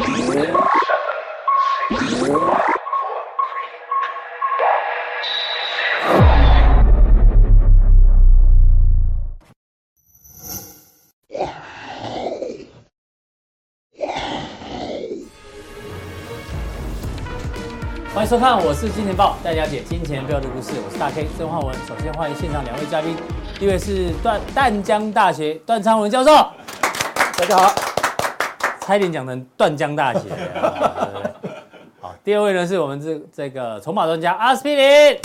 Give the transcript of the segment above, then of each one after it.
欢迎收看，我是金钱豹，带你了解金钱背后的故事。我是大 K 曾焕文。首先欢迎现场两位嘉宾，第一位是淡江大学段昌文教授，大家好。差一点讲成段江大学。好，第二位呢是我们这个筹码专家阿司匹林。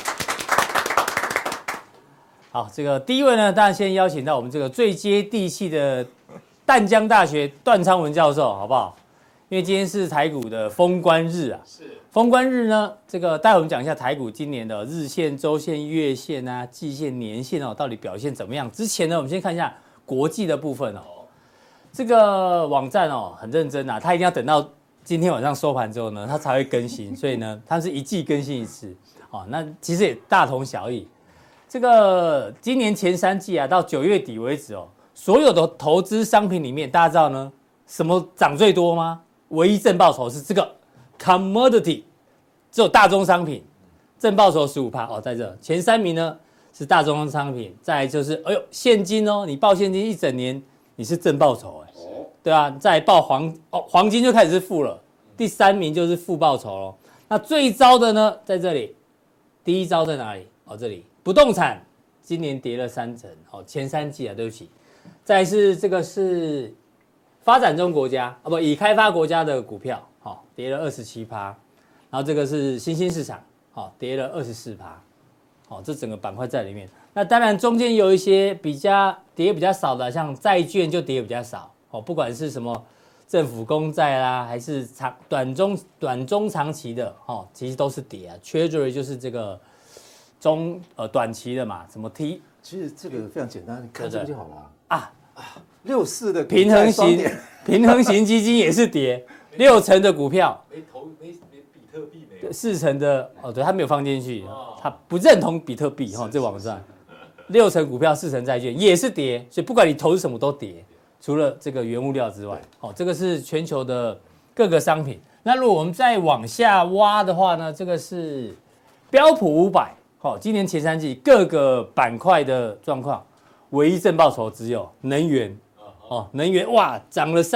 好，这个第一位呢，当然先邀请到我们这个最接地气的淡江大学段昌文教授，好不好？因为今天是台股的封关日啊。是。封关日呢，这个待会我们讲一下台股今年的日线、周线、月线啊、季线、年线哦，到底表现怎么样？之前呢，我们先看一下国际的部分哦。这个网站哦很认真啊，它一定要等到今天晚上收盘之后呢，它才会更新，所以呢，它是一季更新一次哦。那其实也大同小异。这个今年前3季啊，到9月底为止哦，所有的投资商品里面，大家知道呢，什么涨最多吗？唯一正报酬是这个。Commodity 只有大宗商品，正报酬15%哦，在这前3名呢是大宗商品，再来就是现金哦，你报现金一整年你是正报酬对啊，再来报黄金就开始是负了，第3名就是负报酬咯。那最糟的呢在这里，第一糟在哪里？这里不动产今年跌了3成前3季啊，对不起，再来是这个是发展中国家已开发国家的股票。跌了27%，然后这个是新兴市场，跌了24%，这整个板块在里面。那当然中间有一些跌比较少的，像债券就跌比较少，不管是什么政府公债啦，还是短中长期的，其实都是跌啊。Treasury 就是这个短期的嘛，什么 T， 其实这个非常简单，你看这个就好了64的平衡型基金也是跌。6成的股票， 没比特币没有 ，4成的对，他没有放进去，他不认同比特币这网站，6成股票，4成债券也是跌，所以不管你投资什么都跌，除了这个原物料之外，这个是全球的各个商品。那如果我们再往下挖的话呢，这个是标普500，今年前3季各个板块的状况，唯一正报酬只有能源，能源哇涨了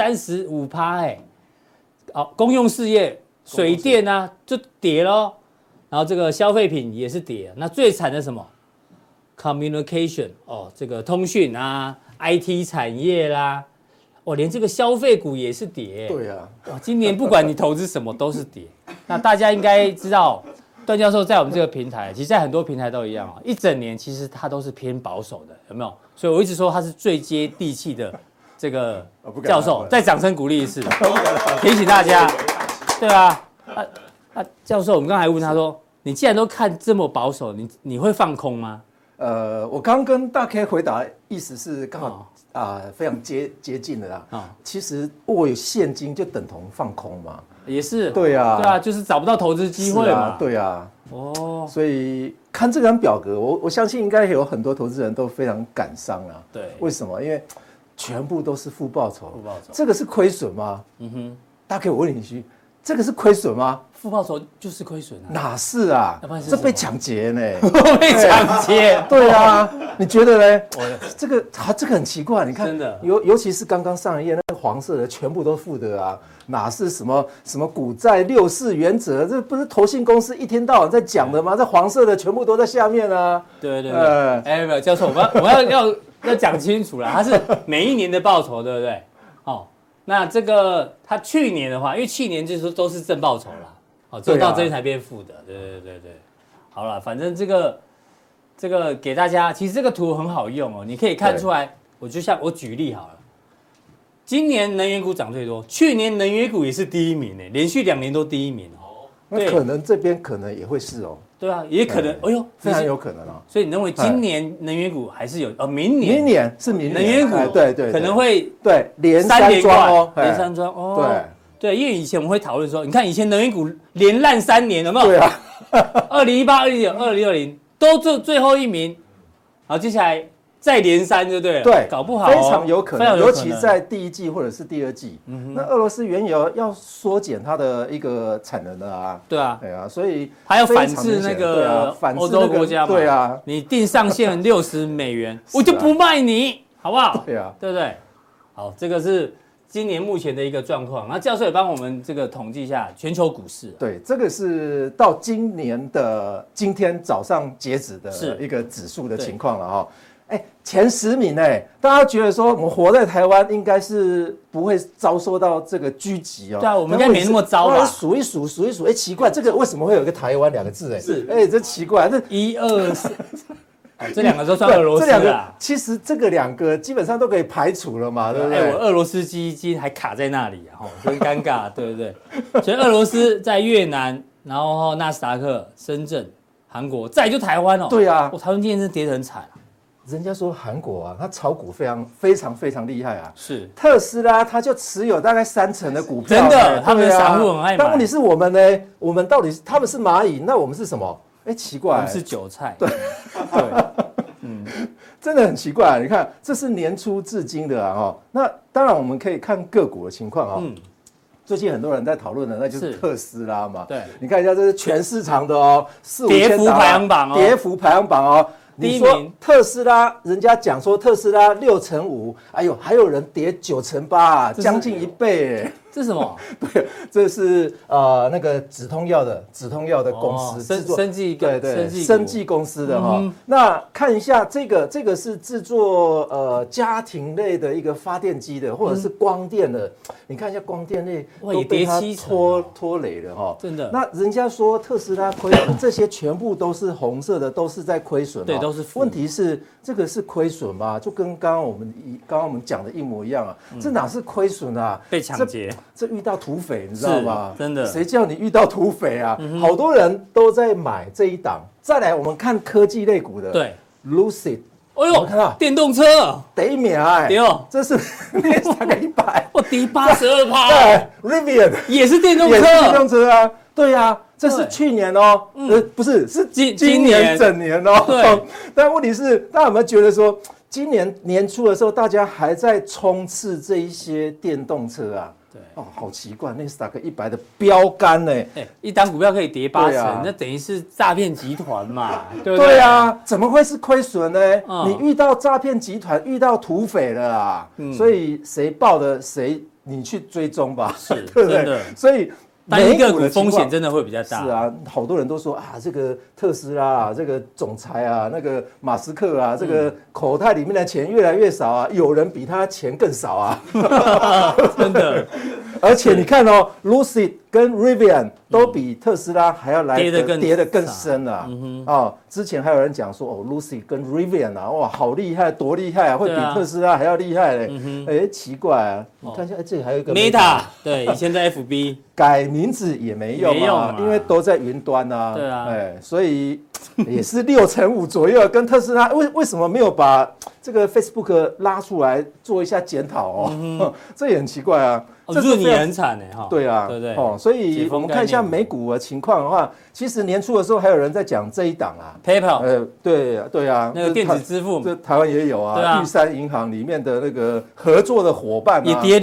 35%公用事业、水电啊就跌咯，然后这个消费品也是跌。那最惨的什么 ？Communication 这个通讯啊、IT 产业啦，连这个消费股也是跌。 对啊， 今年不管你投资什么都是跌。那大家应该知道，段教授在我们这个平台，其实在很多平台都一样一整年其实他都是偏保守的，有没有？所以我一直说他是最接地气的。这个教授再掌声鼓励一次，提醒大家，对啊，教授，我们刚才问他说，你既然都看这么保守，你会放空吗？ 我刚跟大 K 回答，意思是刚好非常接近的啦。其实握有现金就等同放空嘛， 也是， 对啊， 就是找不到投资机会嘛， 对啊，所以看这张表格，我相信应该有很多投资人都非常感伤啊。 对， 为什么？因为全部都是负报酬，这个是亏损吗？大 K，我问你一句，这个是亏损吗？ 负报酬就是亏损啊？ 哪是啊？这被抢劫呢？ 被抢劫？ 对啊，你觉得呢？这个很奇怪，你看， 真的， 尤其是刚刚上一页那个黄色的，全部都负的啊，哪是什么股债64原则？这不是投信公司一天到晚在讲的吗？这黄色的全部都在下面啊。 对，没有，教授，我们要讲清楚啦，它是每一年的报酬，对不对？那这个它去年的话，因为去年就是说都是正报酬啦，只有到这边才变负的，对。好了，反正这个给大家，其实这个图很好用你可以看出来，我举例好了，今年能源股涨最多，去年能源股也是第1名连续2年都第1名那可能这边可能也会是对啊，也可能， 非常有可能所以你认为今年能源股还是有明年是明年能源股对可能会连3庄连3庄对，因为以前我们会讨论说，你看以前能源股连烂3年有没有？ 对啊 ，2018、2019、2020都最后1名，好，接下来再连三就对了。 对， 搞不好非常有可能，尤其在在第一季或者是第二季，那俄罗斯原油要缩减它的一个产能了啊。 对啊， 对啊，所以还要反制那个欧洲国家嘛。 对啊， 你定上限$60，我就不卖你，好不好？ 对啊， 对不对？好，这个是今年目前的一个状况。那教授也帮我们这个统计一下全球股市。 对，这个是到今年的今天早上截止的一个指数的情况了哈。前10名大家觉得说我们活在台湾应该是不会遭受到这个狙击哦。 对啊，我们应该没那么糟吧？ 数一数，奇怪，这个为什么会有一个台湾2个字？是，这奇怪，这 1、2、4。这2个都算俄罗斯啦。 其实这个2个基本上都可以排除了嘛，对不对？ 我俄罗斯基金还卡在那里真尴尬，对不对？所以俄罗斯在越南，然后纳斯达克、深圳、韩国，再就台湾哦。 对啊， 台湾今天是跌得很惨。 人家说韩国啊，它炒股非常厉害啊。 是特斯拉，它就持有大概30%的股票。 真的，他们散户很爱买。 但问题是我们呢？我们到底他们是蚂蚁，那我们是什么？奇怪， 我们是韭菜。 对，真的很奇怪。你看，这是年初至今的啊。那当然，我们可以看个股的情况啊。最近很多人在讨论的，那就是特斯拉嘛。 对， 你看一下，这是全市场的哦，4、5千跌幅排行榜哦， 跌幅排行榜哦。你说特斯拉，人家讲说特斯拉6%-5%，哎呦，还有人跌9%-8%，将近1倍。 这是什么？ 对，这是那个止痛药的公司制作，生技公司的哈。那看一下这个是制作家庭类的一个发电机的，或者是光电的。你看一下光电类都被它拖累了哈。 真的。 那人家说特斯拉亏损，这些全部都是红色的，都是在亏损。 对，都是负。 问题是这个是亏损吗？就跟刚刚我们讲的一模一样啊。这哪是亏损啊？ 被抢劫。 这遇到土匪，你知道吗？ 真的， 谁叫你遇到土匪啊？好多人都在买这一档。再来，我们看科技类股的， 对 ，Lucid， 哎呦，看到电动车， 第一名对哦， 这是大概100， 我跌82%， 对 ，Rivian 也是电动车， 电动车啊，对啊，这是去年哦，不是，是今年整年哦， 对， 但问题是，大家有没有觉得说？今年年初的时候，大家还在冲刺这一些电动车啊。对哦，好奇怪，那是打个100的标杆呢。 一档股票可以跌80%，那等于是诈骗集团嘛，对不对？ 对啊，怎么会是亏损呢？你遇到诈骗集团，遇到土匪了啊，所以谁报的谁，你去追踪吧， 是， 对不对？所以。 单一个股风险真的会比较大。 是啊，好多人都说啊，这个特斯拉啊，这个总裁啊，那个马斯克啊，这个口袋里面的钱越来越少啊，有人比他钱更少啊， 真的。 而且你看哦 ，Lucid 跟 Rivian 都比特斯拉还要来跌得更深啊。之前还有人讲说哦 ，Lucid 跟 Rivian 啊，哇，好厉害，多厉害啊，会比特斯拉还要厉害嘞。奇怪啊，你看一下，这里还有一个 Meta， 对，以前在 FB 改名字也没用啊，因为都在云端啊。 对啊， 所以也是6%-5%左右，跟特斯拉为什么没有把这个 Facebook 拉出来做一下检讨哦？这也很奇怪啊。 润也很惨哈。 对啊， 对不对？ 所以我们看一下美股的情况的话，其实年初的时候还有人在讲这一档啊 ，PayPal， 对啊， 那个电子支付， 这台湾也有啊，玉山银行里面的那个合作的伙伴也跌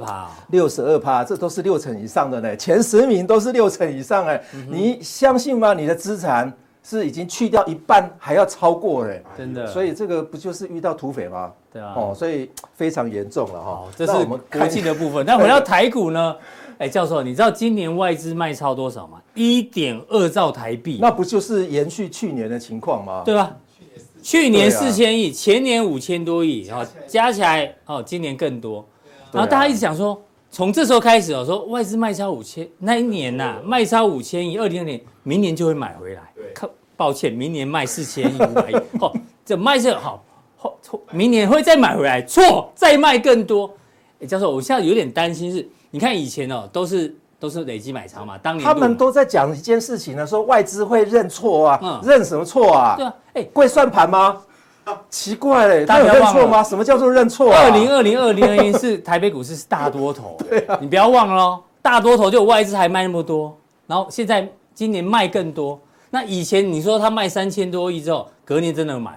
62%，这都是6%以上的呢，前10名都是6%以上哎，你相信吗？你的资产是已经去掉一半，还要超过嘞， 真的。 所以这个不就是遇到土匪吗？ 对啊， 所以非常严重了哈。 这是我们科技的部分。那回到台股呢？教授，你知道今年外资卖超多少吗？1.2兆台币。 那不就是延续去年的情况吗？ 对吧？去年4000亿，前年5000多亿，加起来今年更多。然后大家一直讲说，从这时候开始说外资卖超5000，那一年卖超5000亿，2020年明年就会买回来。抱歉，明年卖4000亿、500亿，这卖这好，明年会再买回来，错，再卖更多。教授，我现在有点担心是，你看以前都是累积买超嘛，当年他们都在讲一件事情呢，说外资会认错啊，认什么错啊？ 对啊， 跪算盘吗？奇怪嘞，他有认错吗？什么叫做认错啊 ？2020是台北股市是大多头，对啊，你不要忘了哦，大多头就有外资还卖那么多，然后现在今年卖更多。那以前你说他卖3000多亿之后，隔年真的买回来，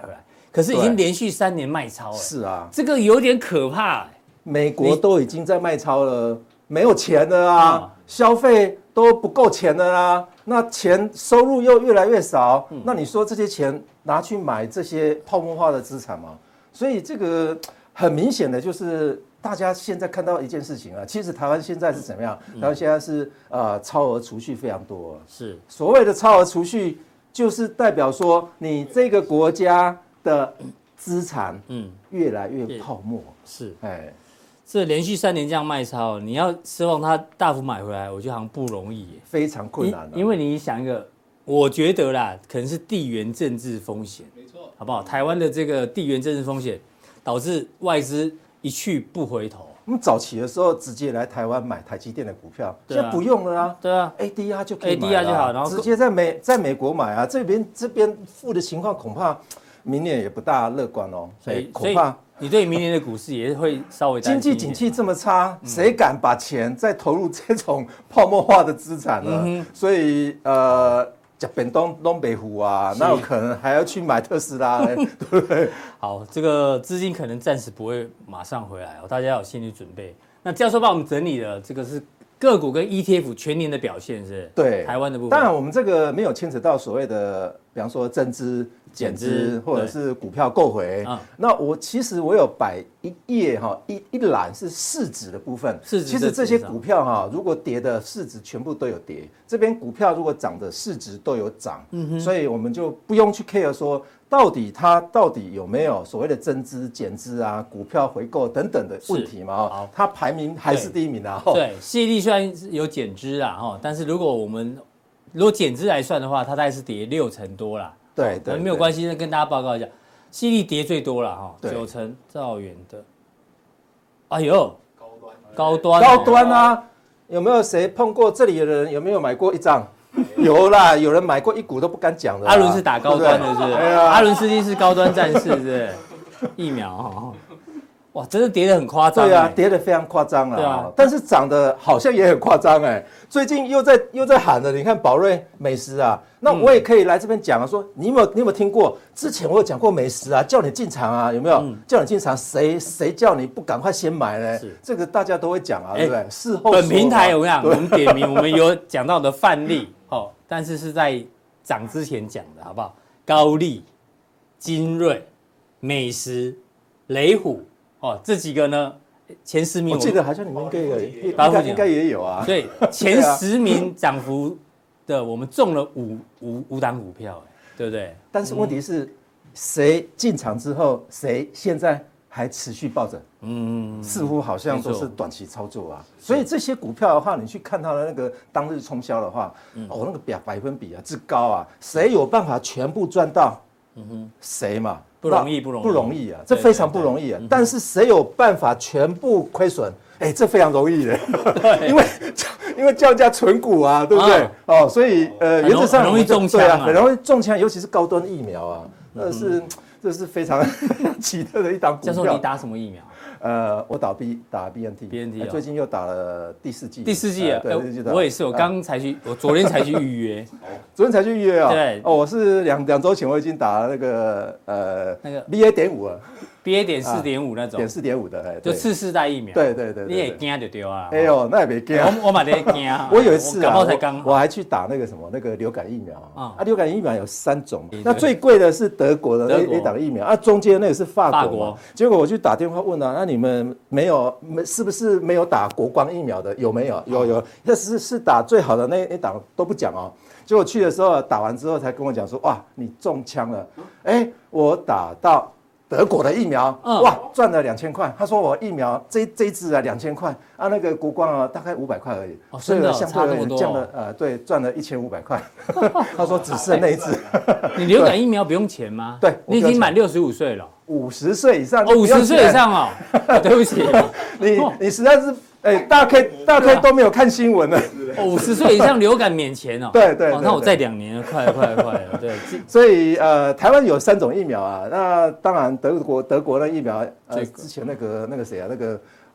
可是已经连续3年卖超了。 是啊， 这个有点可怕。 美国都已经在卖超了，没有钱了啊，消费都不够钱了啦，那钱收入又越来越少，那你说这些钱拿去买这些泡沫化的资产吗？所以这个很明显的就是大家现在看到一件事情啊，其实台湾现在是怎么样？台湾现在是超额储蓄非常多，是所谓的超额储蓄，就是代表说你这个国家的资产越来越泡沫， 是这连续3年这样卖超，你要奢望它大幅买回来，我觉得好像不容易， 非常困难。 因为你想一个，我觉得啦，可能是地缘政治风险，没错，好不好？台湾的这个地缘政治风险，导致外资一去不回头。 我们早期的时候直接来台湾买台积电的股票，现在不用了啊。 对啊 ，ADR 就可以买了 ，ADR 就好，然后直接在美国买啊。这边负的情况恐怕明年也不大乐观哦。 所以恐怕。你对明年的股市也会稍微担心。 经济景气这么差，谁敢把钱再投入这种泡沫化的资产呢？所以吃便当东北虎啊，哪有可能还要去买特斯拉呢？对不对？ 好，这个资金可能暂时不会马上回来哦，大家要有心理准备。那教授帮我们整理了这个是个股跟 ETF 全年的表现，是？ 对， 台湾的部分。 当然，我们这个没有牵扯到所谓的，比方说增资、减资，或者是股票购回。那其实我有摆一页哈，一栏是市值的部分。其实这些股票哈，如果跌的市值全部都有跌，这边股票如果涨的市值都有涨，所以我们就不用去 care 说它到底有没有所谓的增资、减资啊、股票回购等等的问题嘛？它排名还是第一名啊。 对，矽力虽然有减资啦，但是如果减资来算的话，它大概是跌60%多啦。 对， 没有关系，那跟大家报告一下，矽力跌最多了，90%，兆元的，哎呦，高端啊，有没有谁碰过这里的人？有没有买过一张？有啦，有人买过一股都不敢讲的。 阿伦是打高端的，是不是？阿伦斯基是高端战士，是不是？疫苗哇，真的跌得很夸张。 对啊，跌得非常夸张了。对啊，但是涨得好像也很夸张哎。最近又在喊了，你看宝瑞美食啊，那我也可以来这边讲啊，说你有没有听过？之前我有讲过美食啊，叫你进场啊，有没有？叫你进场，谁叫你不赶快先买呢？这个大家都会讲啊，对不对？事后本平台我跟你讲，我们点名，我们有讲到的范例，但是在涨之前讲的好不好？高力、精锐、美食、雷虎。这几个呢，前10名我记得好像你们应该也有啊。 对，前10名涨幅的，我们中了五档股票，对不对？ 但是问题是，谁进场之后，谁现在还持续抱着？似乎好像都是短期操作啊。所以这些股票的话，你去看它的那个当日冲销的话，那个百分比啊之高啊，谁有办法全部赚到？谁嘛？不容易啊，这非常不容易啊。但是谁有办法全部亏损？这非常容易的，因为叫人家存股啊，对不对？所以原则上很容易中枪啊， 很容易中枪，尤其是高端疫苗啊，这是非常奇特的一档股票。 教授，你打什么疫苗？ 我打 BNT， 最近又打了第4剂。 第4剂啊，我也是，我昨天才去预约。 昨天才去预约啊？ 对， 我是两周前我已经打了那个BA.5了。 BA.4.5 那种 ，.4.5的， 就次世代疫苗。 对， 你也惊就对啊。 哎呦，那也没惊。 我嘛在惊。 我有一次啊， 我还去打那个流感疫苗流感疫苗有3种，那最贵的是德国的那档疫苗中间那个是法国。结果我去打电话问那你们是不是没有打国光疫苗的？有没有？有，那是打最好的那一档都不讲哦。结果去的时候打完之后才跟我讲说，哇，你中枪了。我打到德国的疫苗，哇，赚了2000块。他说我疫苗这一支啊2000块啊，那个国光啊大概500块而已，所以相对而言降了对，赚了1500块。他说只剩那一支。 你流感疫苗不用钱吗？ 对， 你已经满65岁了 ，50岁以上 ，50岁以上对不起， 你实在是。大 K 都没有看新闻了。 50岁以上流感免钱哦。 对， 那我再2年了，快了。对， 所以台湾有3种疫苗啊。那当然德国的疫苗，之前那个谁啊，那个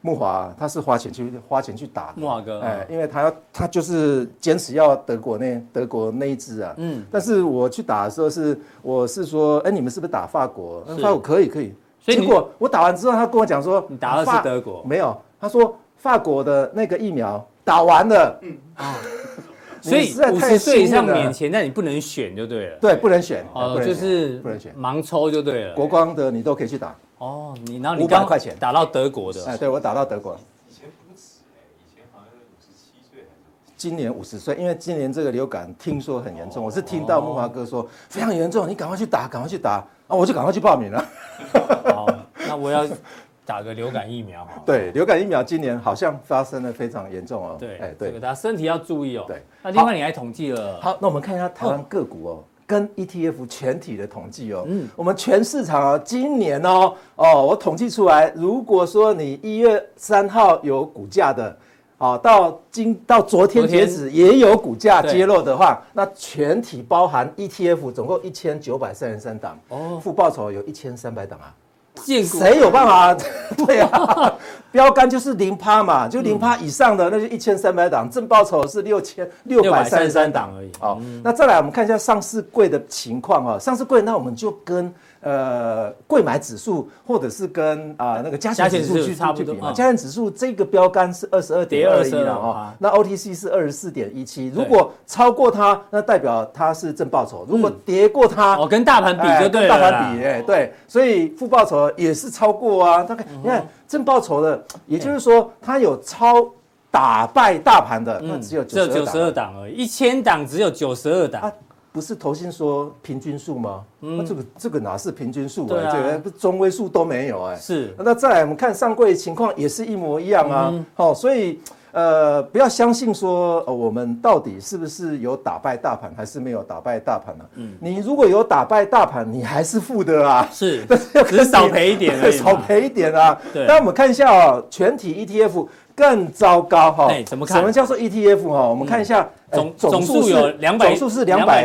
木华他是花钱去打的， 木华哥， 因为他就是坚持要德国那一支啊，但是我去打的时候我是说，你们是不是打法国？法国可以，结果我打完之后，他跟我讲说， 你打的是德国， 没有，他说法国的那个疫苗打完了， 所以50岁以上免钱，但你不能选就对了。 对，不能选， 就是不能选，盲抽就对了。 国光的你都可以去打。 然后你刚 500块钱打到德国的。 对，我打到德国。 以前不止以前好像57岁还是。 今年50岁，因为今年这个流感听说很严重，我是听到木华哥说非常严重，你赶快去打，我就赶快去报名了。 好，那我要打个流感疫苗。 对，流感疫苗今年好像发生的非常严重哦。 对，这个大家身体要注意哦。 对， 那另外你还统计了。 好，那我们看一下台湾个股哦。跟 ETF 全体的统计哦，我们全市场哦，今年我统计出来，如果说你1月3号有股价的，到昨天截止也有股价揭露的话，那全体包含 ETF 总共1933档，负报酬有1300档啊。谁有办法？对啊，标杆就是0%嘛，就0%以上的那就1300档，正报酬是6633档而已。那再来我们看一下上市柜的情况上市柜那我们就跟柜买指数或者是跟那个加权指数去比嘛。加权指数这个标杆是22.21了那 OTC 是24.17，如果超过它，那代表它是正报酬；如果跌过它， 跟大盘比就对了。跟大盘比，对，所以负报酬也是超过啊。大概你看正报酬的，也就是说它有超打败大盘的，那只有 92档而已，1000档只有92档。 不是投信说平均数吗？这个哪是平均数啊？这个中位数都没有是。 那再来我们看上柜情况也是一模一样啊。所以不要相信说我们到底是不是有打败大盘还是没有打败大盘啊？你如果有打败大盘，你还是负的啊。 是，只是少赔一点而已。 少赔一点啊。那我们看一下全体 ETF。更糟糕怎么看？ 什么叫做 ETF 我们看一下， 总数有200， 总数是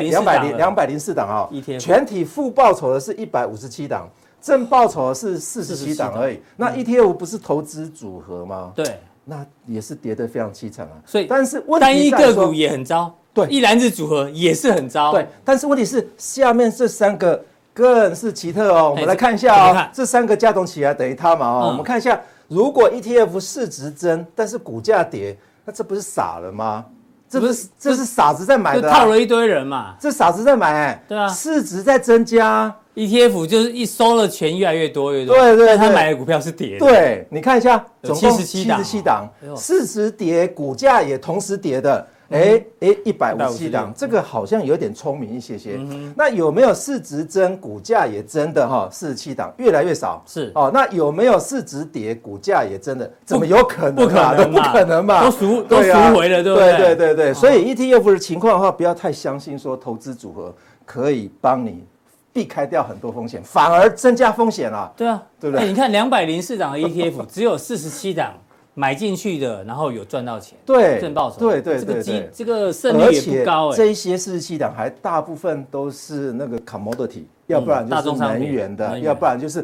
204档全体负报酬的是157档，正报酬的是47档而已。那 ETF 不是投资组合吗？ 对， 那也是跌得非常凄惨啊。 所以， 但是单一个股也很糟， 对， 一篮子组合也是很糟， 对。但是问题是下面这3个更是奇特我们来看一下这3个加总起来等于它嘛我们看一下。如果 ETF 市值增，但是股价跌，那这不是傻了吗？这是傻子在买的， 套了一堆人嘛。 这傻子在买对啊， 市值在增加 ，ETF 就是一收了钱越来越多， 对， 但他买的股票是跌的。 对，你看一下，总共 77 档，市值跌，股价也同时跌的。157档，这个好像有点聪明一些。那有没有市值增，股价也增的47档，越来越少。 是那有没有市值跌，股价也增的？怎么有可能？不可能嘛， 都赎回了，对不对？对。所以 ETF 的情况的话，不要太相信说投资组合可以帮你避开掉很多风险，反而增加风险啦。 对啊，对不对？你看204档的 ETF 只有47档。买进去的，然后有赚到钱， 对， 正报酬， 对， 这个胜率也不高这一些47档还大部分都是那个 commodity，要不然就是能源的，要不然就是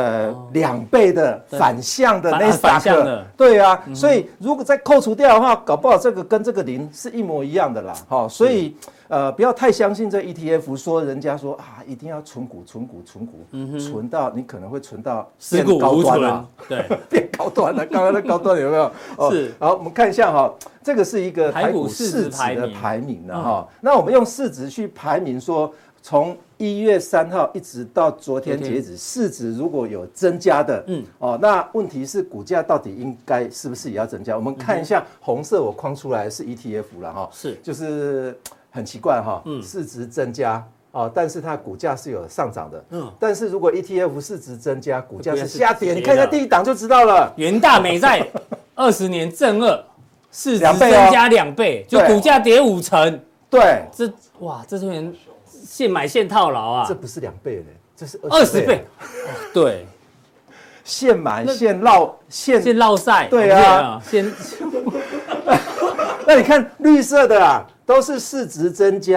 2倍的反向的那3个，对啊，所以如果再扣除掉的话，搞不好这个跟这个0是一模一样的啦，所以不要太相信这 ETF 说人家说一定要存股，存到你可能会存到变高端了，对， 变高端了，刚刚的高端有没有？ 是， 好，我们看一下这个是一个台股市值的排名那我们用市值去排名说。从1月3号一直到昨天截止，市值如果有增加的，那问题是股价到底应该是不是也要增加？我们看一下红色我框出来是 ETF 了是， 就是很奇怪市值增加但是它股价是有上涨的，但是如果 ETF 市值增加，股价是下跌，你看一下第一档就知道了。 元大美债20年正2，市值增加2倍，就股价跌50%。 对， 这些人。现买现套牢啊！ 这不是2倍嘞，这是 20倍。对， 现买现落赛。 对啊，那你看绿色的都是市值增加，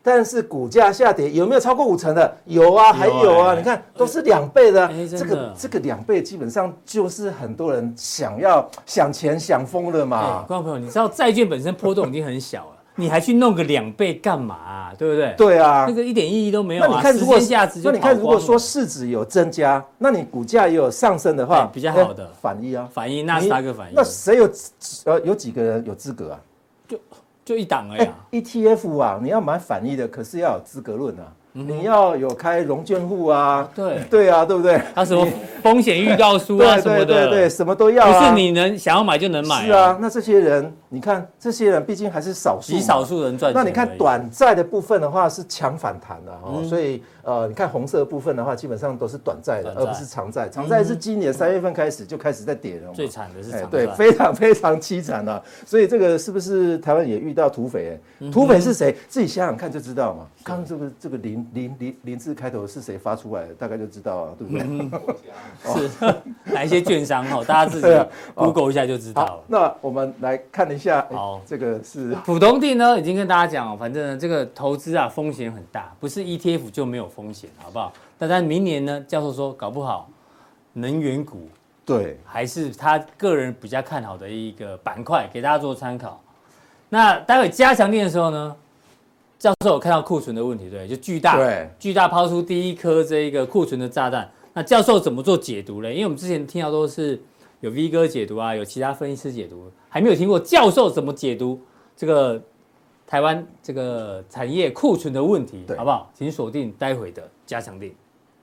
但是股价下跌有没有超过50%的？有啊，还有啊，你看都是2倍的，这个2倍基本上就是很多人想钱想疯了嘛。 观众朋友，你知道债券本身波动已经很小了。你还去弄个2倍干嘛啊？对不对？ 对啊， 那个一点意义都没有啊。 那你看， 如果说市值有增加，那你股价也有上升的话， 比较好的反一啊， 反一纳斯达克反一。 那谁有几个人有资格啊？ 就一档而已啊。 ETF 啊，你要买反一的，可是要有资格论啊。你要有开融券户啊，对啊，对不对？ 他什么风险预告书啊什么的， 对，什么都要啊。 不是你想要买就能买。 是啊，那这些人，你看这些人毕竟还是少数， 极少数人赚钱。 那你看短债的部分的话是强反弹的哦，所以你看红色的部分的话，基本上都是短债的，而不是长债。长债是今年3月份开始就开始在跌了， 最惨的是长债， 对，非常非常凄惨啊。所以这个是不是台湾也遇到土匪？土匪是谁？自己想想看就知道嘛。刚这个零字开头是谁发出来的，大概就知道啊，对不对？是哪一些券商哦，大家自己 Google 一下就知道了。 那我们来看一下， 好， 这个是普通定呢，已经跟大家讲，反正这个投资啊风险很大，不是 ETF 就没有风险，好不好？但明年呢，教授说搞不好能源股对还是他个人比较看好的一个板块，给大家做参考。那待会加强定的时候呢？教授有看到库存的问题，对，就巨大抛出第一颗这一个库存的炸弹。那教授怎么做解读呢？因为我们之前听到都是有 V 哥解读啊，有其他分析师解读，还没有听过教授怎么解读这个台湾这个产业库存的问题，好不好？请锁定待会的加强定。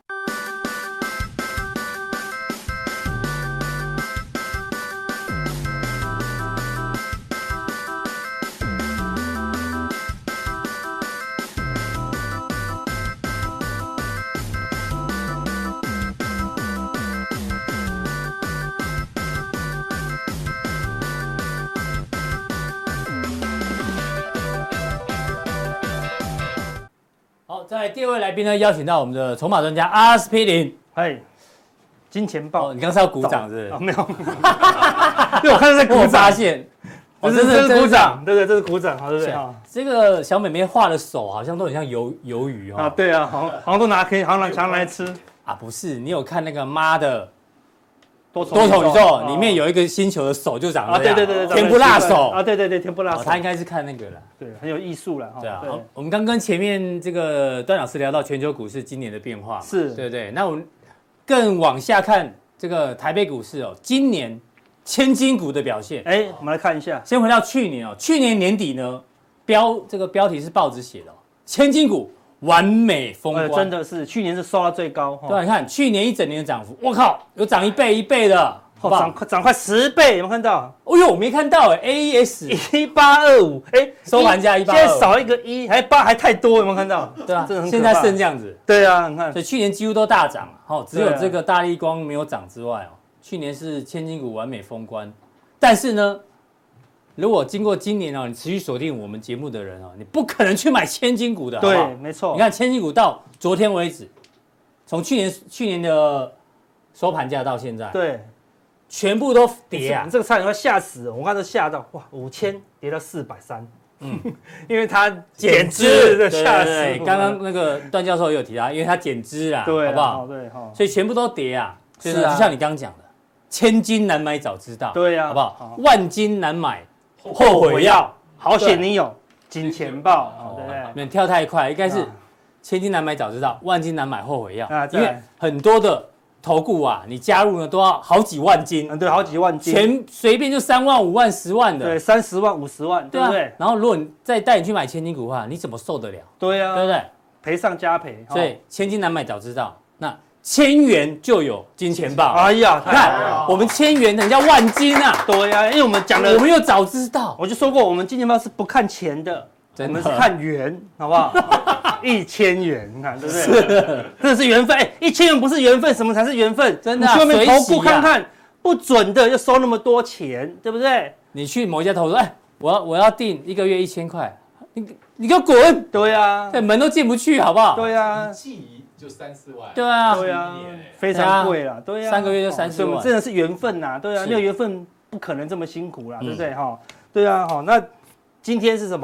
在第2位来宾呢，邀请到我们的筹码专家阿司匹林。 嗨，金钱豹， 你刚是要鼓掌是不是？ 没有，因为我看到在鼓掌， 发现， 这是鼓掌，对，这是鼓掌，好，对不对？ 这个小美眉画的手好像都很像鱿鱼啊，对啊，好像都可以常拿来吃啊，不是？你有看那个妈的多重宇宙里面有一个星球的手就长这样， 对， 甜不辣手啊，对，甜不辣手， 他应该是看那个了， 对，很有艺术了， 对啊。我们刚跟前面这个段老师聊到全球股市今年的变化， 是对不对？那我们更往下看这个台北股市哦，今年千金股的表现， 我们来看一下， 先回到去年哦，去年年底呢，这个标题是报纸写的，千金股完美封关， 真的是去年是收到最高， 对，你看去年1整年的涨幅，我靠，有涨1倍的。 涨快10倍，有没有看到？ 哦呦，我没看到AES 1825， 收盘价1825， 现在少一个1，还太多，有没有看到？ 对啊，现在剩这样子。 对啊，你看， 所以去年几乎都大涨，只有这个大立光没有涨之外，去年是千金股完美封关。但是呢，如果经过今年你持续锁定我们节目的人你不可能去买千金股的， 对，没错。 你看千金股到昨天为止，从去年的收盘价到现在， 对。 全部都跌啊！ 这个差点要吓死了，我刚才都吓到，哇，5000跌到430，因为它减资，吓死。 刚刚那个段教授也有提到，因为它减资啊， 对， 好不好？ 对， 所以全部都跌啊。是啊，就像你刚刚讲的，千金难买早知道， 对啊， 好不好？万金难买后悔药， 好险你有金钱豹，对不对？ 你跳太快，应该是千金难买早知道，万金难买后悔药，因为很多的。投顾啊，你加入呢都要好几万金， 对，好几万金， 钱随便就3万、5万、10万的， 对，30万、50万，对不对？ 然后如果你再带你去买千金股的话，你怎么受得了？ 对啊， 对不对？ 赔上加赔， 所以千金难买早知道，那1000元就有金钱豹。 哎呀， 看我们1000元人家万金啊， 对呀，因为我们讲了， 我们又早知道， 我就说过，我们金钱豹是不看钱的。我们是看元，好不好？1000元，你看对不对？这是缘分，1000元不是缘分，什么才是缘分？ 真的， 你去外面投顾看看，不准的又收那么多钱，对不对？ 你去某一家投说，我要订1个月1000块，你给我滚！ 对啊， 门都进不去，好不好？ 对啊， 一季就3-4万。 对啊， 对啊，非常贵啦，对啊，3 个月就30万， 真的是缘分呐，对啊，没有缘分不可能这么辛苦啦，对不对？哈，对啊，好，那今天是什么？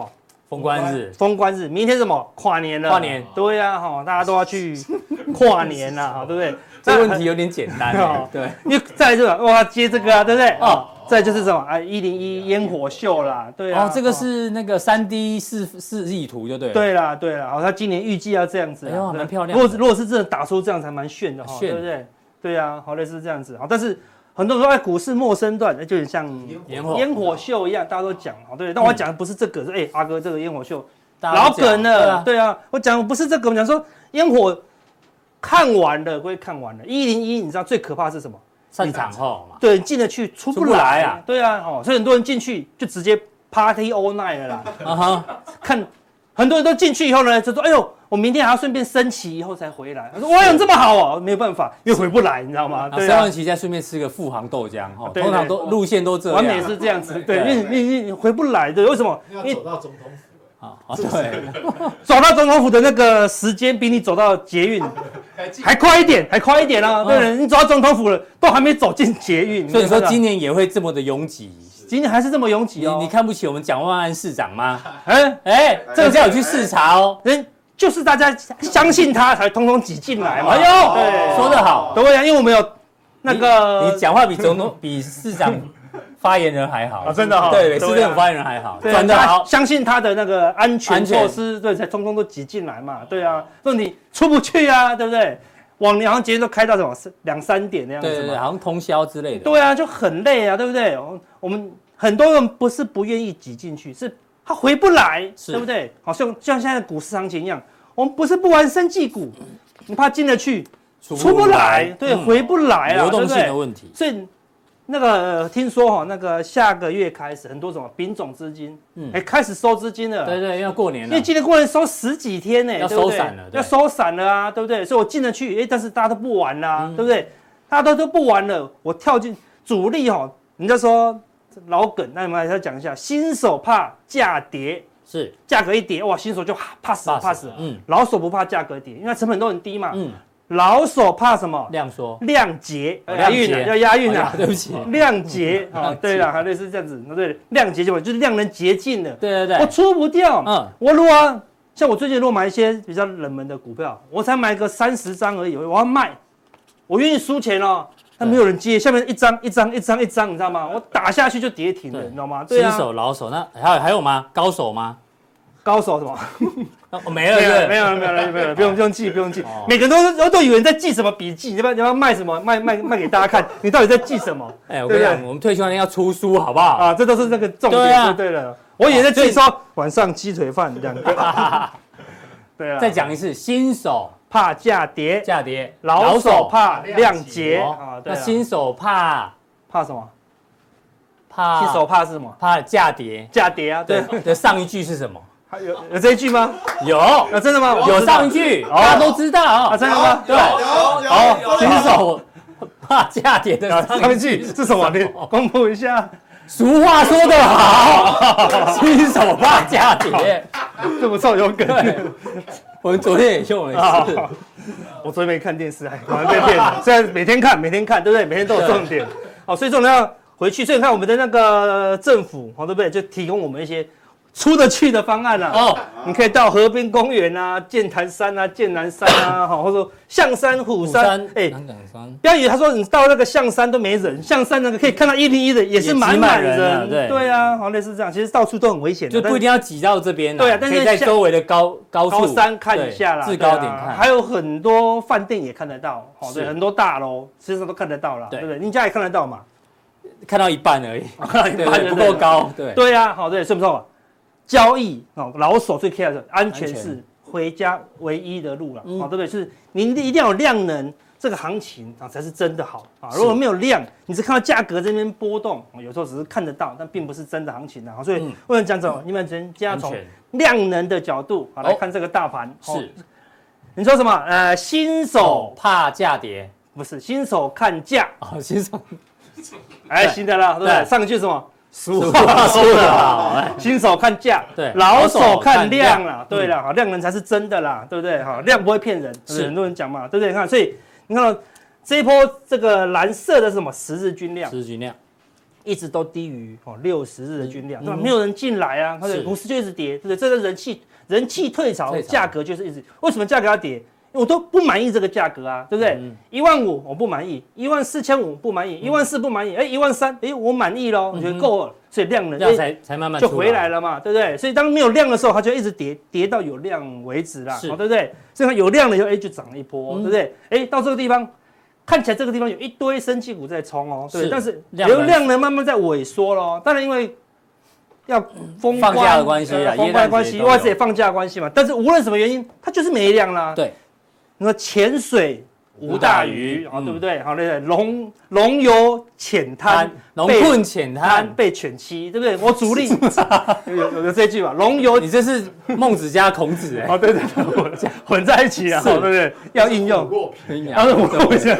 封关日， 封关日，明天什么？跨年了。 跨年， 对呀，哈，大家都要去跨年啦，对不对？ 这个问题有点简单，对。 因为再来这个，哇，接这个啊，对不对？哦，再就是什么啊？101烟火秀啦，对啊。 哦，这个是那个3D 示意图，就对了。 对啦，对啦，好，他今年预计要这样子， 哎呦，蛮漂亮。 如果是真的打出这样，才蛮炫的哈，对不对？对啊，好类似这样子，好，但是。很多人说，股市末升段，就很像烟火秀一样，大家都讲，对。但我讲的不是这个，是阿哥这个烟火秀老梗了，对啊。我讲不是这个，我讲说烟火看完了归看完了，101你知道最可怕是什么？ 散场后嘛， 对，进得去出不来啊，对啊，所以很多人进去就直接 party all night 了啦，看很多人都进去以后呢，就说，哎呦。我明天还要顺便升旗以后才回来。他说：“哇，这么好哦，没有办法，因为回不来，你知道吗？” 对，升完旗再顺便吃个富航豆浆，通常都路线都这样， 完美是这样子。对，因为你回不来的，为什么？ 要走到总统府啊，对， 走到总统府的那个时间比你走到捷运还快一点，还快一点啊！对，你走到总统府了，都还没走进捷运。 所以说今年也会这么的拥挤。 今年还是这么拥挤哦。 你看不起我们蒋万安市长吗？这个叫有去视察哦。 就是大家相信他才通通挤进来嘛。 哎呦，对，说得好， 对啊，因为我们有那个你讲话比总统比市长发言人还好啊，真的哈， 对，市政府发言人还好，转得好， 相信他的那个安全措施，对，才通通都挤进来嘛，对啊，问题出不去啊，对不对？往年好像节都开到什么2、3点那样子嘛， 对，好像通宵之类的， 对啊，就很累啊，对不对？我们很多人不是不愿意挤进去，是他回不来，对不对？好像现在的股市行情一样，我们不是不玩生技股，你怕进得去，出不来，对，回不来啊， 流动性的问题。 所以那个听说那个下个月开始，很多什么丙种资金，开始收资金了。 对，要过年了， 因为今年过年收10几天呢， 要收散了， 要收散了啊，对不对？所以我进得去，但是大家都不玩啦，对不对？大家都不玩了，我跳进主力人家说。老梗，那我们还是要讲一下，新手怕价跌， 是价格一跌，哇，新手就怕死，老手不怕价格跌，因为成本都很低嘛，老手怕什么？ 量缩， 量竭，押韵啊，要押韵啊， 对不起， 量竭啊，对了，还类似这样子，对，量竭就是量能竭尽了， 对， 我出不掉，我如果像我最近如果买一些比较冷门的股票，我才买个30张而已，我要卖，我愿意输钱哦。但没有人接，下面一张，你知道吗？我打下去就跌停了，你知道吗？对啊。 新手、老手，那还有吗？高手吗？ 高手什么？ 没了， 没有，不用记。每个人都以为你在记什么笔记，你要卖什么？卖给大家看，你到底在记什么？ 我跟你讲，我们退休人要出书，好不好？ 啊，这都是那个重点，对了。我以为在记说晚上鸡腿饭这样。对啊。 再讲一次，新手。 怕价跌，老手怕量竭啊。 那新手怕什么？新手怕是什么？ 怕价跌啊。对， 上一句是什么？ 有这一句吗？ 有， 真的吗？ 有上一句，大家都知道啊。 真的吗？ 对，新手怕价跌的上一句是什么？你公布一下。 俗话说得好，新手怕价跌， 这不错，有梗。 我们昨天也用了一次。 我昨天没看电视，还被骗了。现在每天看，对不对？每天都有重点。好，所以重点要回去。所以看我们的那个政府，对不对？就提供我们一些出得去的方案啦。你可以到河滨公园啊、剑潭山啊、剑南山啊，或者说象山、虎山。 南港山。 不要以为他说你到那个象山都没人，象山那个可以看到101的也是满人。对啊，好类似这样，其实到处都很危险， 就不一定要挤到这边。 对啊，但是在周围的高山看一下啦， 制高点看， 还有很多饭店也看得到，对，很多大楼实际上都看得到啦，对不对？你家也看得到嘛？ 看到一半而已，对，不够高， 对啊，好，对，是不是？交易老手最 care 的安全是回家唯一的路了，对不对？是你一定要有量能，这个行情才是真的好啊。如果没有量，你只看到价格这边波动，有时候只是看得到，但并不是真的行情啊。所以为什么讲什么？你们今天从量能的角度来看这个大盘， 是你说什么？新手怕价跌， 不是新手看价新手， 新的啦，对不对？上一句什么？ 俗话说得好， 新手看价， 对， 老手看量啦，对啦，量能才是真的啦，对不对？量不会骗人，是很多人讲嘛，对不对？你看，所以你看到这一波这个蓝色的是什么？10日均量， 一直都低于60日的均量，对吧？没有人进来啊，它的股市就一直跌，对不对？这个人气退潮，价格就是一直。为什么价格要跌？我都不满意这个价格啊，对不对？15000我不满意，14500不满意，14000不满意，13000我满意咯，我觉得够了，所以量能才慢慢就回来了嘛，对不对？所以当没有量的时候，它就一直跌到有量为止啦，对不对？所以它有量了以后，就涨了一波，对不对？到这个地方。看起来这个地方有一堆生技股在冲哦，对，但是流量呢慢慢在萎缩咯。当然因为要放假的关系啦， 封关的关系，外资也放假的关系嘛。但是无论什么原因，它就是没量啦。 对， 你说潜水无大鱼啊，对不对？好，对，龙游浅滩， 龙困浅滩被犬欺，对不对？我主力有这句嘛，龙游， 你这是孟子加孔子哎， 哦对，混在一起啊，对不对？要应用，然后我这样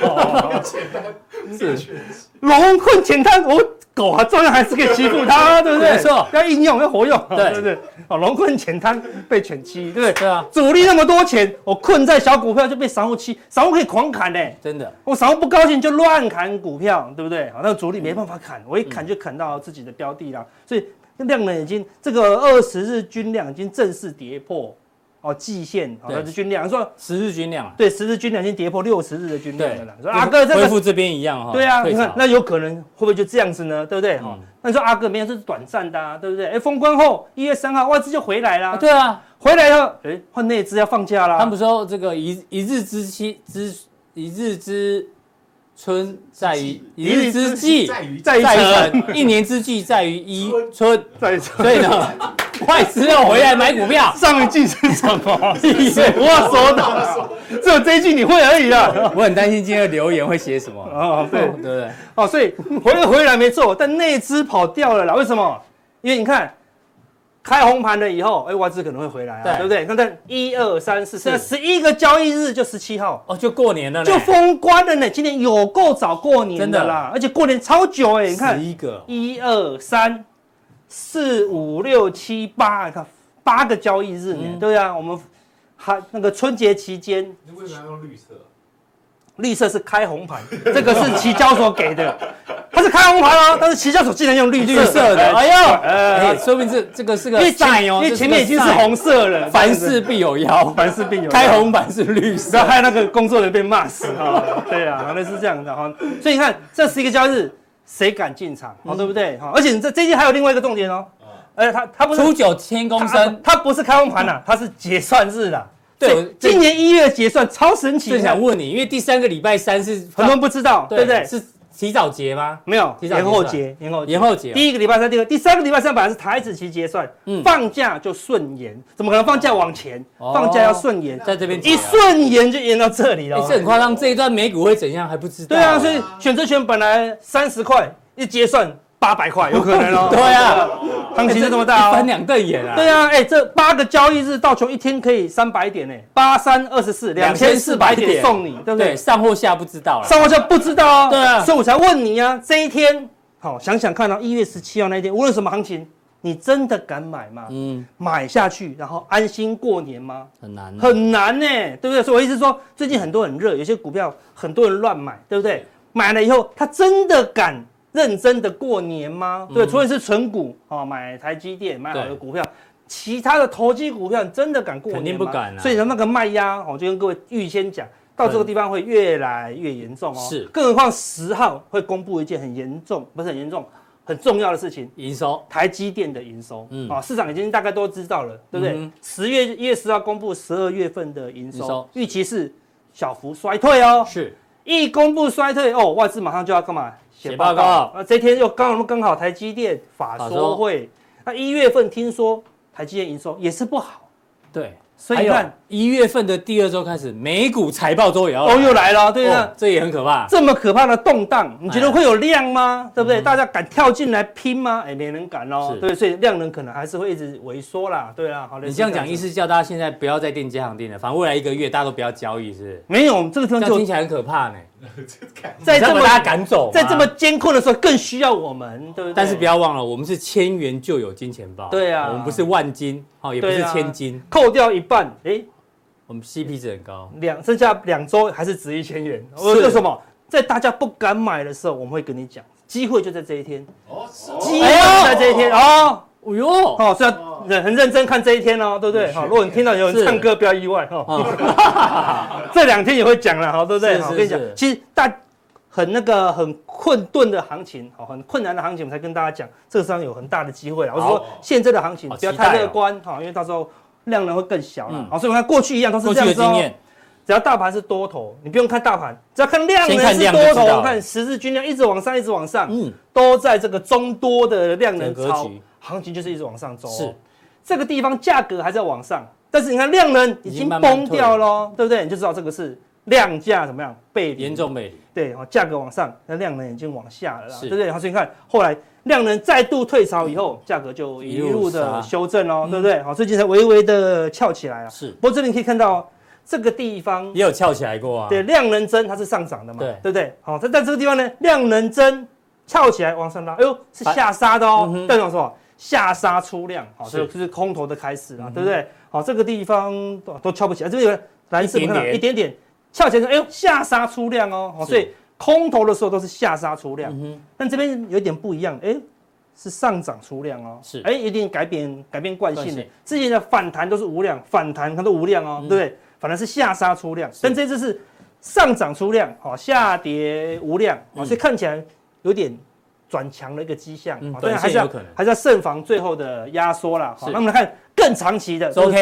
是龙困浅滩，我狗啊，照样还是可以欺负它，对不对？ 没错， 要应用，要活用，对不对？哦，龙困浅滩被犬欺，对不对？ 对啊， 主力那么多钱，我困在小股票就被散户欺，散户可以狂砍嘞， 真的。 我散户不高兴就乱砍股票，对不对？好，那主力没办法砍，我一砍就砍到自己的标的啦，所以量能已经这个20日均量已经正式跌破。季线，它的均量，说 10日均量， 对，10日均量已经跌破60日的均量了啦。说阿哥， 恢复这边一样哈。 对啊，你看那有可能会不会就这样子呢？对不对？那你说阿哥没有，这是短暂的啊，对不对？封关后1月3号外资就回来啦。 对啊， 回来以后，换内资要放假啦。 他们说这个一日之春在于一日之计在于晨，一年之计在于一春。所以呢，外资要回来买股票。 上一句是什么？我说的，只有这一句你会而已啦。 我很担心今天的留言会写什么。对不对？ 所以回来没错，但内资跑掉了啦。为什么？因为你看。开红盘了以后，外资可能会回来啊，对不对？看1、2、3、4，现在11个交易日就17号， 就过年了， 就封关了呢。今年有够早过年的啦，而且过年超久你看 11个 ，1、2、3、4、5、6、7、8，你看8个交易日呢，对啊，我们还那个春节期间， 你为什么要用绿色？ 绿色是开红盘，这个是期交所给的，它是开红盘哦，但是期交所竟然用绿色的， 哎呦，说明这个是个赛哦， 因为前面已经是红色了， 凡事必有妖， 凡事必有妖， 开红盘是绿色， 不要害那个工作人员被骂死啊！对啊，原来是这样的哈，所以你看这11个交易日，谁敢进场？对不对？而且这季还有另外一个重点哦，它不是初9天公升， 它不是开红盘啦，它是结算日啦。对，今年1月结算超神奇。 正想问你，因为第3个礼拜3是很多人不知道，对不对？ 是提早结吗？ 没有，延后结。第1个礼拜3，第3个礼拜3本来是台指期结算，放假就顺延，怎么可能放假往前？放假要顺延， 在这边一顺延就延到这里了。 这很夸张，这一段美股会怎样还不知道。 对啊，所以选择权本来30块，一结算800块，有可能哦。 对啊。 行情就这么大一翻两瞪眼啊！ 对啊，这8个交易日道琼一天可以300点呢，8324，2400点送你，对不对？ 上或下不知道了， 上或下不知道啊。 对啊， 所以我才问你啊，这一天，好想想看到1月17号那一天，无论什么行情，你真的敢买吗？买下去，然后安心过年吗？很难呢，对不对？所以我意思是说，最近很多很热，有些股票很多人乱买，对不对？买了以后，他真的敢认真的过年吗？对，除非是纯股买台积电买好的股票，其他的投机股票你真的敢过年吗？ 肯定不敢啊。 所以那个卖压，我就跟各位预先讲，到这个地方会越来越严重哦。 是， 更何况10号会公布一件很严重，不是很严重，很重要的事情， 营收， 台积电的营收，市场已经大概都知道了，对不对？1月10号公布12月份的营收，预期是小幅衰退哦。 是， 一公布衰退外资马上就要干嘛？写报告。这天又刚好台积电法说会，那1月份听说台积电营收也是不好， 对。 所以你看 1月份的第2周开始，美股财报周也要又来了，对啊， 这也很可怕。 这么可怕的动荡，你觉得会有量吗？对不对？大家敢跳进来拼吗？没人敢哦。对，所以量能可能还是会一直萎缩啦。对啊，好的。 你这样讲意思叫大家现在不要再定加行定了，反正未来1个月大家都不要交易，是不是？ 没有，这个地方就听起来很可怕呢。 在这么大家赶走， 在这么艰困的时候更需要我们，对不对？ 但是不要忘了，我们是1000元就有金钱豹。 对啊， 我们不是万金，也不是千金， 扣掉一半， 我们 CP 值很高， 剩下2周还是值1000元。为什么？在大家不敢买的时候，我们会跟你讲， 机会就在这一天，机会就在这一天哦。 哎呦， 所以很认真看这一天哦，对不对？如果你听到有人唱歌，不要意外这2天也会讲了，对不对？我跟你讲，其实很困顿的行情，很困难的行情，我们才跟大家讲，这个上有很大的机会啦。我说现在的行情不要太乐观，因为到时候量能会更小了。所以我看过去一样都是这样子哦。只要大盘是多头，你不用看大盘，只要看量能是多头，看十日均量一直往上，一直往上，都在这个中多的量能潮，行情就是一直往上走。是这个地方价格还在往上，但是你看量能已经崩掉了，对不对？你就知道这个是量价怎么样背离， 严重背离。 对，价格往上，那量能已经往下了啦，对不对？所以你看后来量能再度退潮以后，价格就一路的修正哦，对不对？最近才微微的翘起来了。是，不过这里你可以看到。这个地方也有翘起来过啊， 对，量能针它是上涨的嘛，对不对？好，但这个地方呢，量能针翘起来往上拉，哎呦，是下杀的哦。代表什么？下杀出量，好，这就是空头的开始啊，对不对？好，这个地方都翘不起来，这边有蓝色看到一点点翘起来，哎呦，下杀出量哦，所以空头的时候都是下杀出量，但这边有点不一样，哎，是上涨出量哦，是，哎，有点改变惯性的，之前的反弹都是无量，反弹它都无量哦，对不对？反而是下杀出量，但这次是上涨出量，下跌无量，所以看起来有点转强的一个迹象，当然还是要慎防最后的压缩啦。好，那我们来看更长期的，从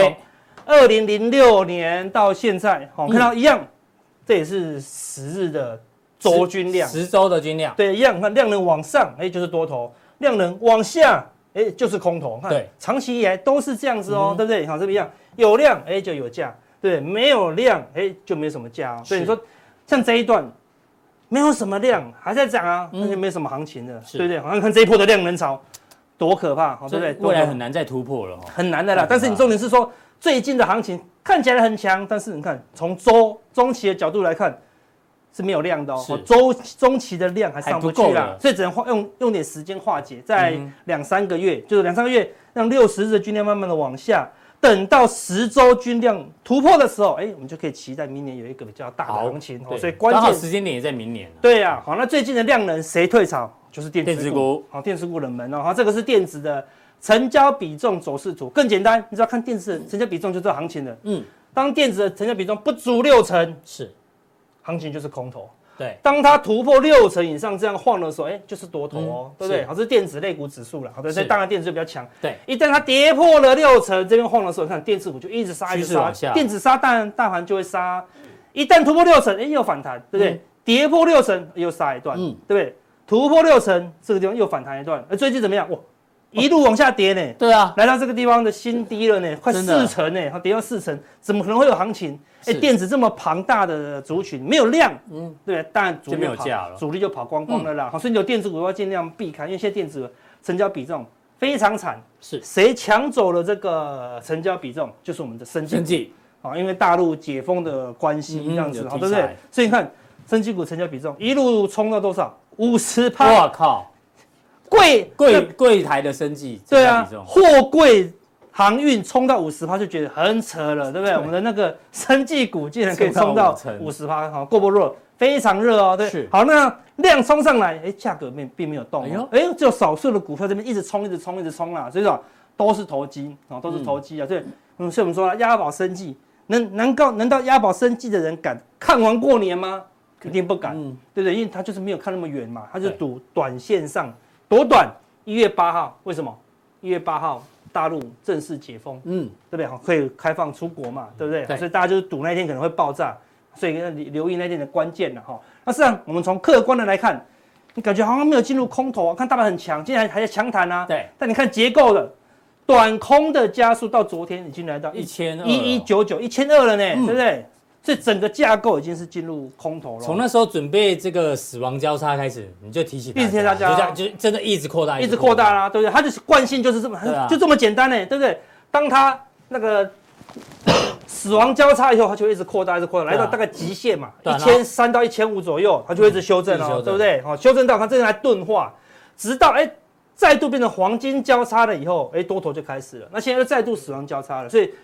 2006年到现在，看到一样，这也是10日的周均量 ，10周的均量， 对，一样，看量能往上，就是多头；量能往下，就是空头。看，长期以来都是这样子哦，对不对？好，这个一样，有量，就有价。对，没有量，就没什么价哦。所以你说，像这一段没有什么量，还在涨啊，那就没什么行情了，对不对？好像看这一波的量能潮，多可怕，对不对？ 未来很难再突破了， 很难的啦。但是你重点是说，最近的行情看起来很强，但是你看从中期的角度来看是没有量的哦，中期的量还上不去啦，所以只能用点时间化解，在2-3个月，就是2-3个月，让60日的均量慢慢的往下。等到10周均量突破的时候，我们就可以期待明年有一个比较大的行情。 所以关键时间点也在明年。 对呀，好，那最近的量能谁退潮？就是电子股。好，电子股冷门哦。好，这个是电子的成交比重走势图，更简单，你只要看电子的成交比重就知道行情了。当电子的成交比重不足60%，是行情就是空头。对，当它突破60%以上这样晃的时候，就是多头哦，对不对？好，这是电子类股指数了，好的，所以当然电子就比较强。对，一旦它跌破了60%，这边晃的时候，看电子股就一直杀，一直杀，电子杀，当然大盘就会杀。一旦突破60%，又反弹，对不对？跌破60%又杀一段，对不对？突破60%，这个地方又反弹一段。而最近怎么样？哇，一路往下跌呢。对啊，来到这个地方的新低了呢，快40%呢，它跌到40%，怎么可能会有行情？电子这么庞大的族群没有量，对，当然主力就跑光光了啦。所以有电子股要尽量避开，因为现在电子成交比重非常惨。是谁抢走了这个成交比重？就是我们的生技啊，因为大陆解封的关系，这样子，对不对？所以你看生技股成交比重一路冲到多少？50%！ 哇靠！柜台的生技， 对啊，货柜。航运冲到50%就觉得很扯了，对不对？我们的那个生技股竟然可以冲到50%，好，过不热，非常热哦。对，好，那量冲上来，价格并没有动，只有少数的股票这边一直冲啦，所以说都是投机啊，都是投机啊。对，所以我们说押宝生技，难道押宝生技的人敢看完过年吗？肯定不敢，对不对？因为他就是没有看那么远嘛，他就赌短线上多短。1月8号，为什么？1月8号。大陆正式解封，对不对？可以开放出国嘛，对不对？所以大家就是赌那一天可能会爆炸，所以留意那天的关键了哈。那实际上我们从客观的来看，你感觉好像没有进入空头啊，看大盘很强，今天还在强弹啊。对。但你看结构的短空的加速到昨天已经来到1199、1200了呢，对不对？所以整个架构已经是进入空头了。 从那时候准备这个死亡交叉开始，你就提醒大家，就真的一直扩大， 一直扩大啦，对不对？它的惯性就是这么，就这么简单呢，对不对？当它那个死亡交叉以后，它就一直扩大，来到大概极限嘛，1300到1500左右，它就会一直修正哦，对不对？好，修正到它这边来钝化，直到再度变成黄金交叉了以后，多头就开始了。那现在又再度死亡交叉了，所以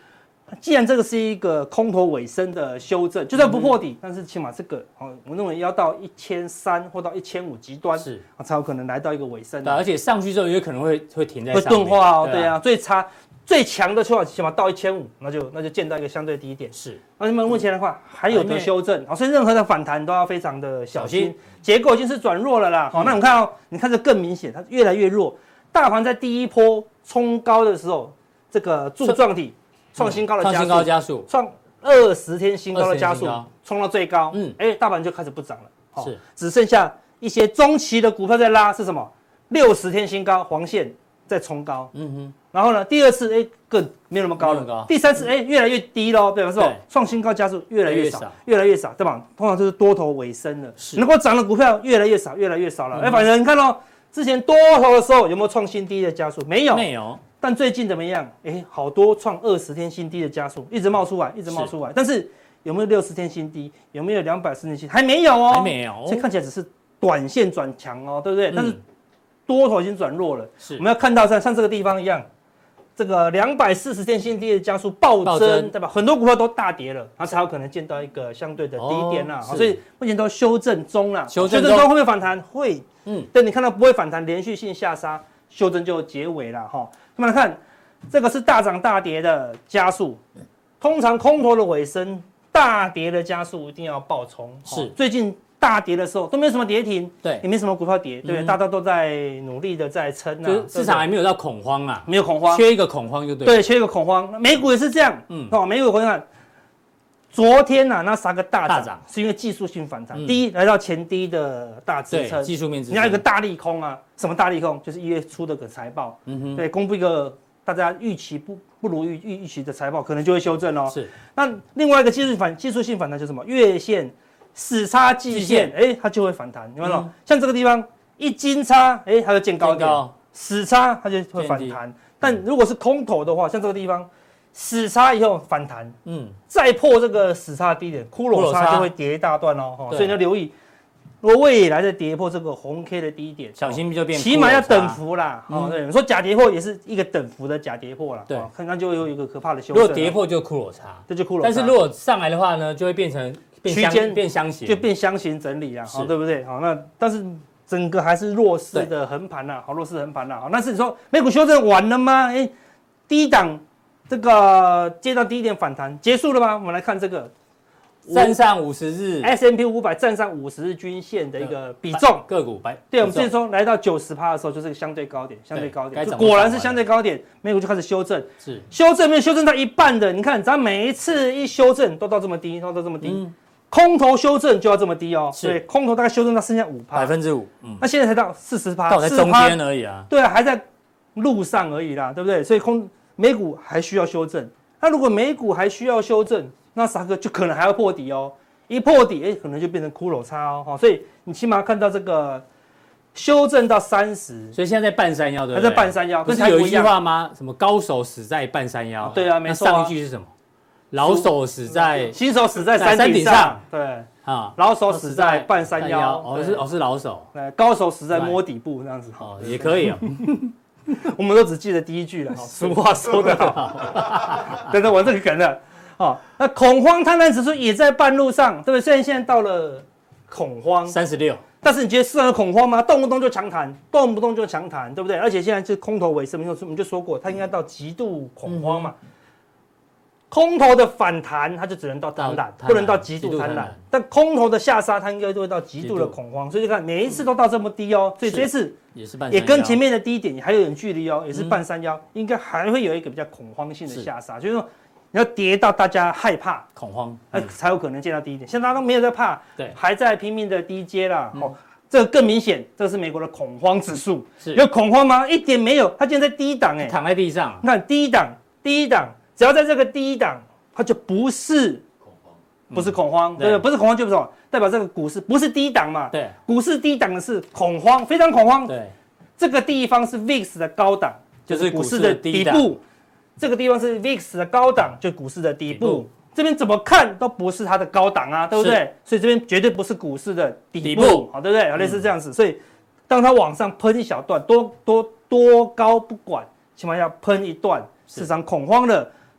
既然这个是一个空头尾声的修正，就算不破底，但是起码这个我认为要到1300或到1500极端是才有可能来到一个尾声。 对，而且上去之后也可能会停在上面， 会钝化哦。对啊，最强的说法起码到1500，那就见到一个相对低点。是，那么目前的话还有的修正，所以任何的反弹都要非常的小心。结构已经是转弱了啦。好，那你看哦，你看这更明显，它越来越弱。大盘在第一波冲高的时候，这个柱状体创新高的加速，创20天新高的加速，冲到最高。大盘就开始不涨了。是，只剩下一些中期的股票在拉，是什么？60天新高，黄线在冲高。然后呢，第二次更没有那么高了，第三次越来越低喽，对吧？是吧？创新高加速越来越少，越来越少，对吧？通常就是多头尾声了，能够涨的股票越来越少，越来越少了。反正你看哦，之前多头的时候有没有创新低的加速？没有。但最近怎么样？好多创20天新低的加速，一直冒出来。但是有没有60天新低？有没有240天新低？还没有哦，所以看起来只是短线转强哦，对不对？但是多头已经转弱了。我们要看到像这个地方一样。这个240天新低的加速暴增，对吧？很多股票都大跌了，然后才有可能见到一个相对的低点啦。所以目前都修正中啦。修正中会不会反弹？会。但你看到不会反弹，连续性下杀，修正就结尾了哈。那么来看，这个是大涨大跌的加速，通常空头的尾声，大跌的加速一定要爆冲。是，最近。大跌的时候都没有什么跌停，对，也没什么股票跌，对不对？大家都在努力的在撑啊， 市场还没有到恐慌啊， 没有恐慌， 缺一个恐慌就对。 对，缺一个恐慌，美股也是这样，美股我看昨天那三个大涨，是因为技术性反弹，第一来到前低的大支撑， 技术面支撑， 你要有一个大利空啊，什么大利空？就是1月初的个财报，对，公布一个大家预期不如预期的财报，可能就会修正哦。是，那另外一个技术性反弹就是什么？月线。死叉季线，它就会反弹，有没有？像这个地方一金叉，它就见高点；死叉它就会反弹。但如果是空头的话，像这个地方死叉以后反弹，再破这个死叉低点，骷髅叉就会跌一大段哦。所以你要留意，如果未来再跌破这个红 K 的低点， 小心就变， 起码要等幅啦。对，你说假跌破也是一个等幅的假跌破啦。对，看看就会有一个可怕的修正。 如果跌破就骷髅叉， 这就骷髅叉。 但是如果上来的话呢，就会变成。 区间变箱型， 就变箱型整理啊，对不对？好，那但是整个还是弱势的横盘啦，弱势横盘啦。好，但是你说美股修正完了吗？低档这个接到低点反弹结束了吗？我们来看这个站上50日 S&P 500站上50日均线的一个比重个股对，我们之前说来到90%的时候就是个相对高点，果然是相对高点，美股就开始修正，修正没有修正到一半的，你看咱每一次一修正都到这么低，空头修正就要这么低哦，对，空头大概修正到剩下 5%， 那现在才到40%， 到在中间而已啊， 对啊，还在路上而已啦，对不对？所以美股还需要修正，那如果美股还需要修正，那啥个就可能还要破底哦，一破底，可能就变成骷髅叉哦，所以你起码看到这个修正到30， 所以现在在半山腰，对不对？ 还在半山腰， 不是有一句话吗？什么高手死在半山腰？ 对啊，没错。 上一句是什么？老手死在新手死在山顶上，对啊， 老手死在半山腰， 是老手， 对，高手死在摸底部这样子， 也可以哦。 我们都只记得第一句了，俗话说得好，等等我这个梗了，那恐慌贪婪指数也在半路上，对不对？虽然现在到了恐慌 36， 但是你觉得市场有恐慌吗？动不动就强弹，动不动就强弹，对不对？而且现在是空头尾声，我们就说过，它应该到极度恐慌嘛。空头的反弹，它就只能到贪婪，不能到极度贪婪。但空头的下杀，它应该就会到极度的恐慌。所以你看，每一次都到这么低哦，所以这次也跟前面的低点还有点距离哦，也是半山腰，应该还会有一个比较恐慌性的下杀，就是说你要跌到大家害怕、 恐慌， 才有可能见到低点。现在大家都没有在怕，对，还在拼命的低接啦。这个更明显，这个是美国的恐慌指数，有恐慌吗？一点没有，它竟然在低档， 躺在地上。 你看低档。只要在这个低档，它就不是恐慌，不是恐慌，对不对？不是恐慌就不是什么，代表这个股市不是低档嘛？对，股市低档的是恐慌，非常恐慌。对，这个地方是 VIX 的高档，就是股市的底部；这个地方是 VIX 的高档，就股市的底部。这边怎么看都不是它的高档啊，对不对？所以这边绝对不是股市的底部，好，对不对？类似这样子，所以当它往上喷一小段，多高不管，起码要喷一段，市场恐慌了。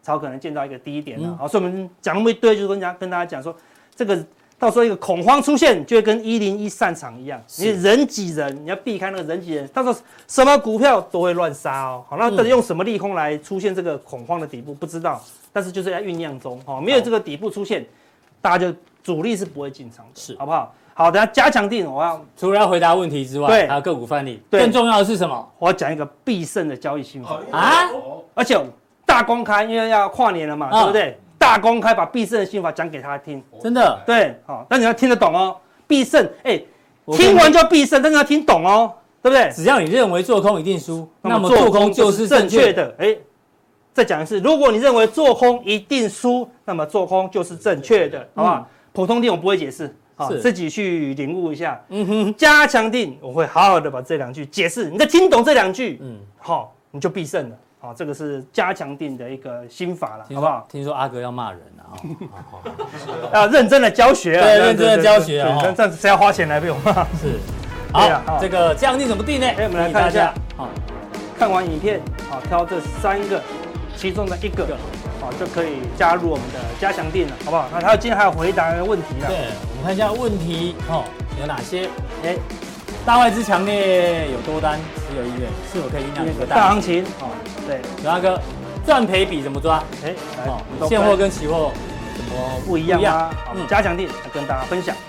才有可能见到一个低点好，所以我们讲那么一堆，就是跟大家讲说，这个到时候一个恐慌出现，就会跟101散场一样，你人挤人，你要避开那个人挤人，到时候什么股票都会乱杀哦。好，那用什么利空来出现这个恐慌的底部，不知道，但是就是在酝酿中，没有这个底部出现，大家就主力是不会进场的，是好不好？好，等下加强定，我要除了要回答问题之外，对，还有个股范例，更重要的是什么？ 我要讲一个必胜的交易心法啊，而且大公开，因为要跨年了嘛，对不对？大公开把必胜的心法讲给他听， 真的， 对，好，但你要听得懂哦。必胜，听完就要必胜，但是要听懂哦，对不对？ 只要你认为做空一定输，那么做空就是正确的。 再讲一次，如果你认为做空一定输，那么做空就是正确的，好不好？普通定我不会解释。自己去领悟一下。加强定我会好好的把这2句解释，你再听懂这2句，好，你就必胜了。好，这个是加强定的一个心法了，好不好？ 听说阿哥要骂人了要认真的教学对，认真的教学这样谁要花钱来被我骂？ 是。好，这个加强定怎么定呢？ 我们来看一下。好，看完影片，好，挑这3个其中的1个。就可以加入我们的加强定了，好不好？那今天还有回答问题了。 对，我们看一下问题有哪些？大外资强烈有多单持有意愿，是否可以酝酿一个大行情？对， 刘大哥，赚赔比怎么抓？现货跟期货怎么不一样啊？加强定来跟大家分享。